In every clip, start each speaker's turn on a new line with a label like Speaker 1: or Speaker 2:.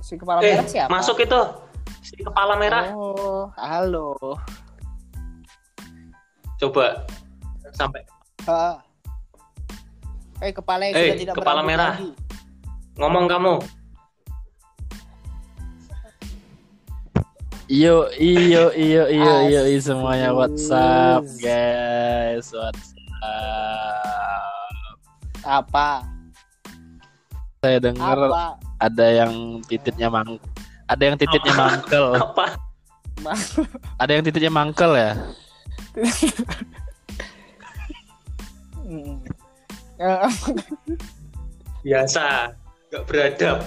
Speaker 1: Si kepala merah siapa?
Speaker 2: Masuk itu. Si kepala merah.
Speaker 1: Oh, halo.
Speaker 2: Coba sampai.
Speaker 1: Kepala yang sudah tidak
Speaker 2: kepala
Speaker 1: berambut
Speaker 2: merah.
Speaker 1: lagi.
Speaker 2: Ngomong kamu.
Speaker 3: Iyo semuanya. WhatsApp guys, WhatsApp.
Speaker 1: Apa?
Speaker 3: Saya dengar ada yang titiknya mangkel.
Speaker 2: Apa?
Speaker 3: Ada yang titiknya mangkel ya?
Speaker 2: Biasa, nggak beradab.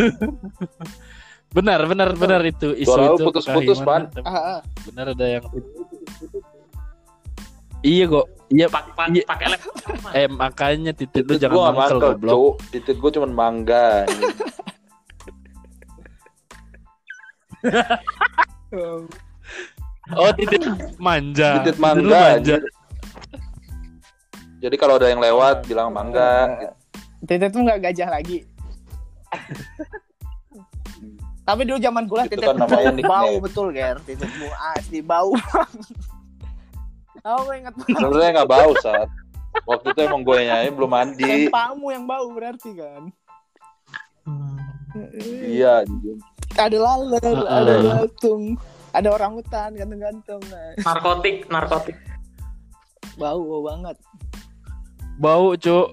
Speaker 3: Benar itu isu
Speaker 4: Suara
Speaker 3: itu.
Speaker 4: putus-putus, Pan.
Speaker 3: Benar ada yang. Iya kok. Iya
Speaker 2: pakai laptop.
Speaker 3: Makanya titik lu
Speaker 4: Titik
Speaker 3: jangan
Speaker 4: gua
Speaker 3: mangkel
Speaker 4: mangkel,
Speaker 3: goblok.
Speaker 4: Cuk. Titik gua cuma mangga.
Speaker 3: Oh, titik manja.
Speaker 4: Titik
Speaker 3: Titik lu
Speaker 4: mangga.
Speaker 3: manja.
Speaker 4: Jadi kalau ada yang lewat bilang mangga.
Speaker 1: Titik tuh nggak gajah lagi. Tapi dulu zaman kuliah
Speaker 4: Itu
Speaker 1: titik
Speaker 4: kan namanya nickname.
Speaker 1: bau betul, Ger. Titikmu asli bau. Aku ingat
Speaker 4: Sebenarnya nggak bau saat waktu itu emang gue nyanyi belum mandi.
Speaker 1: sempakmu yang bau berarti kan.
Speaker 4: Iya.
Speaker 1: Ada laler, ada latung, ada orangutan ganteng-ganteng.
Speaker 2: Narkotik.
Speaker 1: Bau banget.
Speaker 3: Bau, Cuk.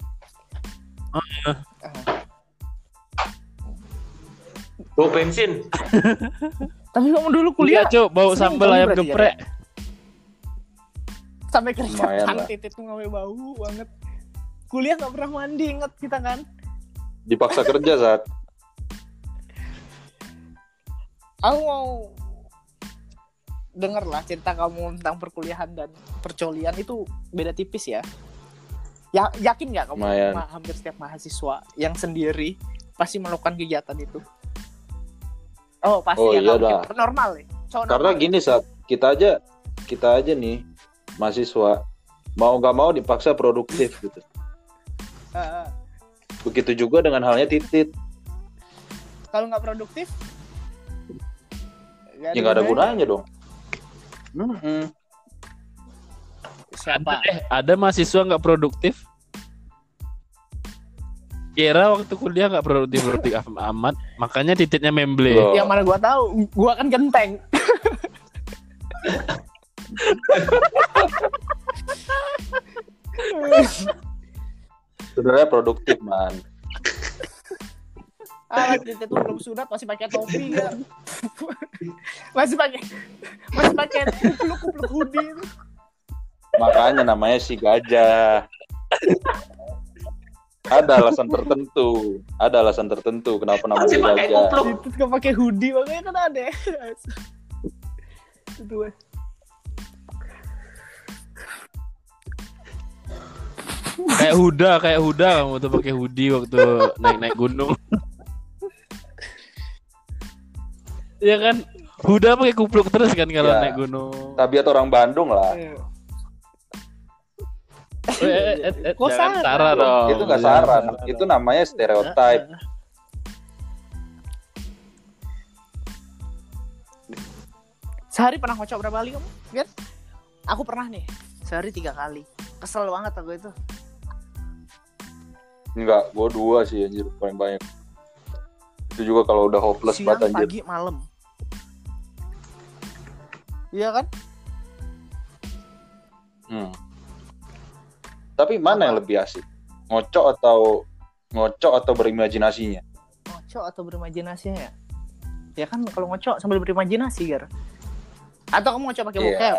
Speaker 2: Bau bensin.
Speaker 1: Tapi kamu dulu kuliah
Speaker 3: Iya, Cuk, bau
Speaker 1: sering
Speaker 3: sambal
Speaker 1: kamu
Speaker 3: ayam
Speaker 1: berarti,
Speaker 3: geprek.
Speaker 1: sampai
Speaker 4: Lumayan
Speaker 1: keringetan
Speaker 4: lah.
Speaker 1: titik tuh ngambil bau banget. Kuliah nggak pernah mandi, inget kita kan?
Speaker 4: Dipaksa kerja saat.
Speaker 1: Aku mau denger lah cerita kamu tentang perkuliahan dan percolian itu beda tipis ya. Ya yakin nggak kamu
Speaker 4: Lumayan.
Speaker 1: hampir setiap mahasiswa yang sendiri pasti melakukan kegiatan itu? Oh pasti
Speaker 4: Oh,
Speaker 1: ya
Speaker 4: iya
Speaker 1: nggak
Speaker 4: dah.
Speaker 1: mungkin. Normal ya.
Speaker 4: Karena gini saat kita aja nih mahasiswa mau nggak mau dipaksa produktif gitu. Begitu juga dengan halnya titit.
Speaker 1: Kalau nggak produktif,
Speaker 4: Ya nggak ada gunanya dong.
Speaker 1: Siapa?
Speaker 3: Ada mahasiswa nggak produktif? Kira waktu kuliah nggak produktif amat, makanya titiknya memble.
Speaker 4: Loh.
Speaker 1: Yang mana gua tahu, gua kan genteng.
Speaker 4: Sebenarnya produktif man.
Speaker 1: Titik tuh belum sunat masih pakai topi kan. masih pakai kupluk hoodie itu.
Speaker 4: Makanya namanya si gajah. Ada alasan tertentu kenapa namanya
Speaker 2: Masih pakai
Speaker 4: gajah.
Speaker 2: kupluk.
Speaker 1: Titik nggak pakai hoodie makanya kan ada. Itu
Speaker 3: Kayak Huda kamu tuh pakai hoodie waktu naik gunung. Iya kan? Huda pakai kupluk terus kan kalau
Speaker 4: Ya.
Speaker 3: naik gunung.
Speaker 4: Tabiat orang Bandung lah.
Speaker 1: Kok
Speaker 3: Jangan
Speaker 1: salah?
Speaker 3: Sarah dong.
Speaker 4: Itu nggak saran. Itu namanya stereotype.
Speaker 1: Sehari pernah ngocok berapa kali kamu? Biar aku pernah nih. Sehari 3 kali. Kesel banget aku itu.
Speaker 4: Enggak, gue 2 sih anjir paling banyak. Itu juga kalau udah hopeless
Speaker 1: Siang,
Speaker 4: banget anjir.
Speaker 1: pagi, malam. Iya kan?
Speaker 4: Tapi mana yang lebih asik? Ngocok atau berimajinasinya?
Speaker 1: Ngocok atau berimajinasinya ya? Ya kan kalau ngocok sambil berimajinasi, Gar. Atau kamu ngocok pakai bokep?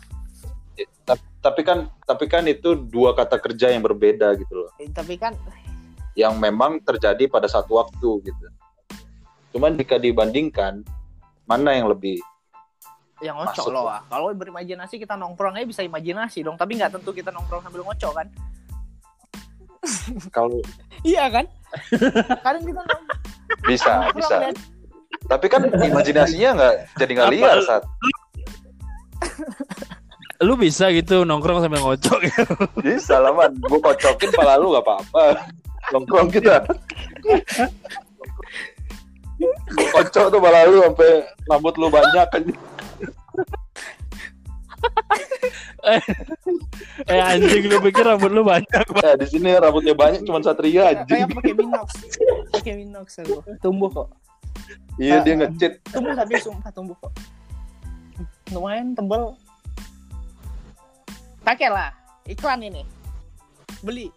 Speaker 4: Tapi kan itu 2 kata kerja yang berbeda gitu loh.
Speaker 1: Tapi kan
Speaker 4: Yang memang terjadi pada satu waktu gitu. Cuman jika dibandingkan, mana yang lebih
Speaker 1: yang ngocok
Speaker 4: masuk
Speaker 1: loh. Kalau berimajinasi kita nongkrong aja bisa imajinasi dong. Tapi nggak tentu kita nongkrong sambil ngocok kan?
Speaker 4: kalau
Speaker 1: Iya kan? Kadang kita
Speaker 4: bisa.
Speaker 1: lihat.
Speaker 4: Tapi kan imajinasinya nggak liar saat.
Speaker 3: Lu bisa gitu nongkrong sambil ngocok ya?
Speaker 4: Bisa lah man, gue kocokin pala lu nggak apa-apa. Nongkrong kita. Kocok tuh malah lu sampai rambut lu banyak kan.
Speaker 3: Anjing, lu pikir rambut lu banyak?
Speaker 4: Di sini rambutnya banyak cuma Satria anjing.
Speaker 1: Kayak pakai Minox. Pakai Minox aku. Tumbuh kok.
Speaker 4: Iya dia nge-cheat.
Speaker 1: Tumbuh tapi sumpah tumbuh kok. Lumayan tebal. Pakailah iklan ini. Beli.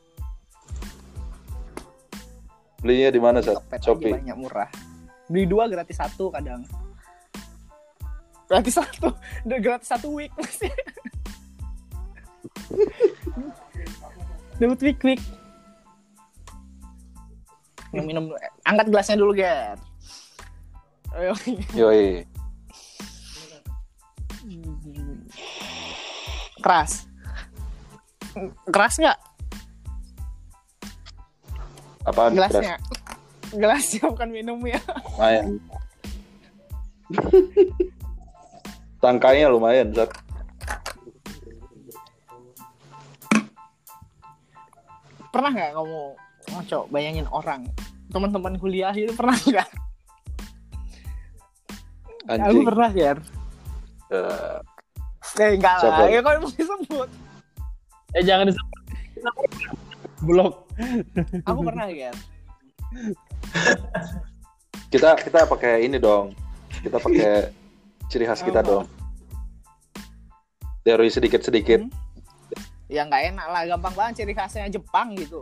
Speaker 4: Belinya di mana, Sat?
Speaker 1: Topet aja
Speaker 4: Shopee.
Speaker 1: banyak murah. Beli 2 gratis 1 kadang. Gratis 1. Udah gratis 1 week maksudnya. Dapat week. Minum. Angkat gelasnya dulu, Ger. Ayo.
Speaker 4: Yoi.
Speaker 1: Keras nggak
Speaker 4: Apaan?
Speaker 1: gelasnya? Gelasnya bukan minum ya.
Speaker 4: Lumayan. Tangkainya lumayan, Sat.
Speaker 1: Pernah nggak kamu ngaco bayangin orang teman-teman kuliah itu pernah nggak? Aku
Speaker 4: Anjing.
Speaker 1: pernah ya. Enggak
Speaker 4: Siapa?
Speaker 1: lah, ya kok mau disebut.
Speaker 3: Jangan disebut. Blok.
Speaker 1: Aku pernah ya.
Speaker 4: Kita pakai ini dong. Kita pakai ciri khas kita dong. Dari sedikit-sedikit.
Speaker 1: Ya nggak enak lah, gampang banget ciri khasnya Jepang gitu.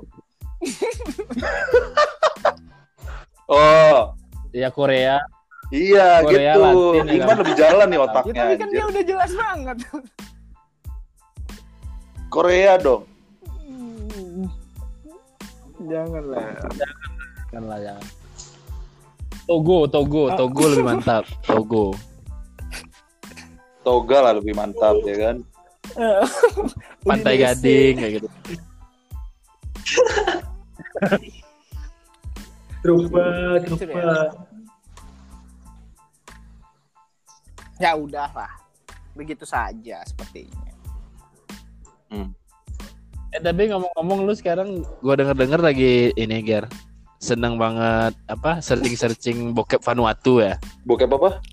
Speaker 4: Oh,
Speaker 3: Ya Korea.
Speaker 4: iya
Speaker 3: Korea
Speaker 4: gitu.
Speaker 3: Latin, ya
Speaker 4: Iman
Speaker 3: kan?
Speaker 4: lebih jalan nih
Speaker 1: Ya
Speaker 4: otaknya.
Speaker 1: tapi kan
Speaker 4: anjir.
Speaker 1: dia udah jelas banget.
Speaker 4: Korea dong.
Speaker 1: Jangan lah.
Speaker 3: Kan lah jangan. Togo lebih mantap. Togo.
Speaker 4: Toga lah lebih mantap ya kan.
Speaker 3: Pantai Gading kayak gitu.
Speaker 2: Drogba.
Speaker 1: Ya udah lah, begitu saja sepertinya.
Speaker 3: Tapi ngomong-ngomong lu sekarang gua denger lagi ini Ger. Seneng banget searching bokep Vanuatu ya.
Speaker 4: Bokep apa?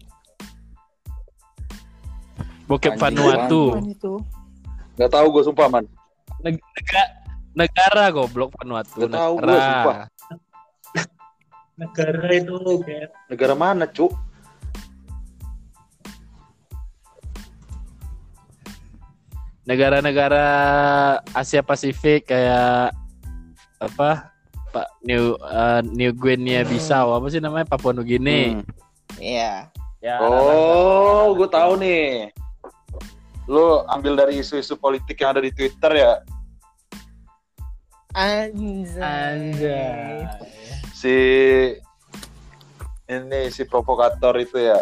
Speaker 3: Bokep
Speaker 4: Anjing,
Speaker 3: Vanuatu.
Speaker 1: Apaan itu?
Speaker 4: Gak tahu gue sumpah man.
Speaker 3: Negara goblok Vanuatu.
Speaker 4: Gak tahu gue sumpah.
Speaker 2: Negara itu kayak
Speaker 4: Negara mana cuk?
Speaker 3: Negara-negara Asia Pasifik kayak New Guinea Bissau apa sih namanya, Papua Nugini.
Speaker 1: Iya.
Speaker 3: Ya,
Speaker 4: Oh, gue tahu nih. Lu ambil dari isu-isu politik yang ada di Twitter ya?
Speaker 3: Anjay.
Speaker 4: Si provokator itu ya.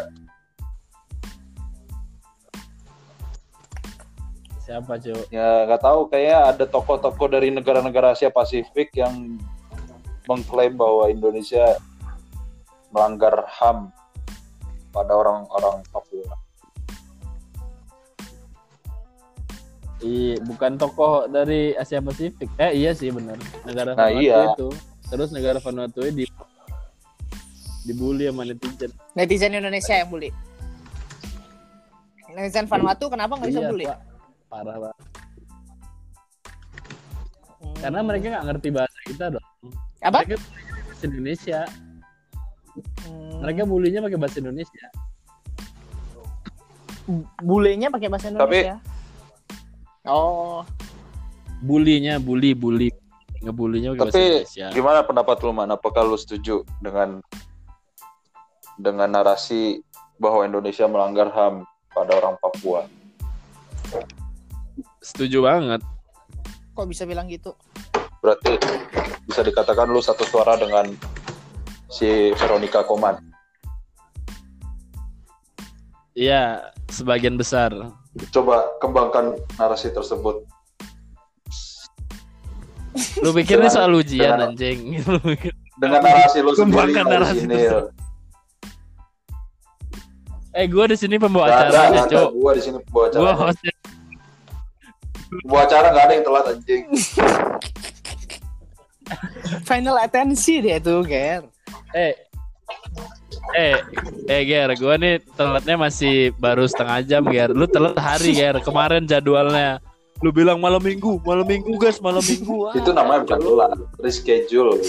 Speaker 3: Siapa Cuk?
Speaker 4: Ya nggak tahu, kayak ada tokoh-tokoh dari negara-negara Asia Pasifik yang mengklaim bahwa Indonesia melanggar HAM pada orang-orang Papua.
Speaker 3: Bukan tokoh dari Asia Pasifik. Iya sih benar. Negara
Speaker 4: Nah,
Speaker 3: Vanuatu
Speaker 4: iya.
Speaker 3: itu. Terus negara Vanuatu itu dibully sama netizen.
Speaker 1: Netizen Indonesia yang bully. Netizen Vanuatu kenapa nggak bisa
Speaker 3: Iya,
Speaker 1: bully?
Speaker 3: Pak. Parah banget. Karena mereka nggak ngerti bahasa kita dong.
Speaker 1: Apa?
Speaker 3: Mereka bully bahasa Indonesia. Mereka bulinya pakai bahasa Indonesia.
Speaker 1: Bulenya pakai bahasa Indonesia. Oh.
Speaker 3: Bulinya bully. Ngebulinya pakai bahasa
Speaker 4: Tapi
Speaker 3: Indonesia.
Speaker 4: gimana pendapat lu man? Apakah lu setuju dengan narasi bahwa Indonesia melanggar HAM pada orang Papua?
Speaker 3: Setuju banget.
Speaker 1: Kok bisa bilang gitu?
Speaker 4: Berarti bisa dikatakan lu satu suara dengan si Veronica Koman.
Speaker 3: Iya, sebagian besar.
Speaker 4: Coba kembangkan narasi tersebut.
Speaker 3: Lu pikirnya
Speaker 4: Dengan-
Speaker 3: soal ujian
Speaker 4: dengan-
Speaker 3: anjing.
Speaker 4: Dengan narasi lu sendiri
Speaker 3: Kembangkan narasi
Speaker 4: orisinil.
Speaker 3: Gue di sini pembawa
Speaker 4: Gak ada,
Speaker 3: acaranya, Cok.
Speaker 4: gua di sini pembawa
Speaker 3: Gue
Speaker 4: acara.
Speaker 3: hostnya.
Speaker 4: Pembawa acara gak ada yang telat anjing.
Speaker 1: Final attention dia tuh, Ger.
Speaker 3: Ger, gue nih telatnya masih baru setengah jam, Ger. Lu telat hari, Ger. Kemarin jadwalnya. Lu bilang malam minggu guys, malam minggu.
Speaker 4: Itu namanya bukan telat, reschedule.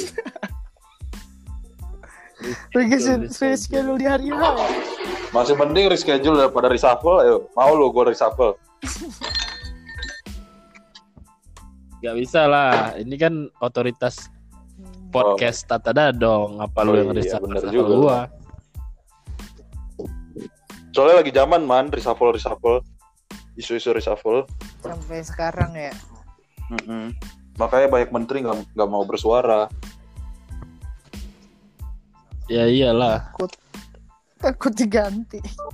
Speaker 1: Reschedule di hari H.
Speaker 4: Masih mending reschedule daripada reshuffle. Ayo, mau lu gue reshuffle?
Speaker 3: Gak bisa lah. Ini kan otoritas podcast Tata Dadong. Apa lu yang reshuffle gua?
Speaker 4: Soalnya lagi zaman man reshuffle. Isu-isu reshuffle.
Speaker 1: Sampai sekarang ya.
Speaker 4: Makanya banyak menteri nggak mau bersuara.
Speaker 3: Ya iyalah.
Speaker 1: Takut diganti.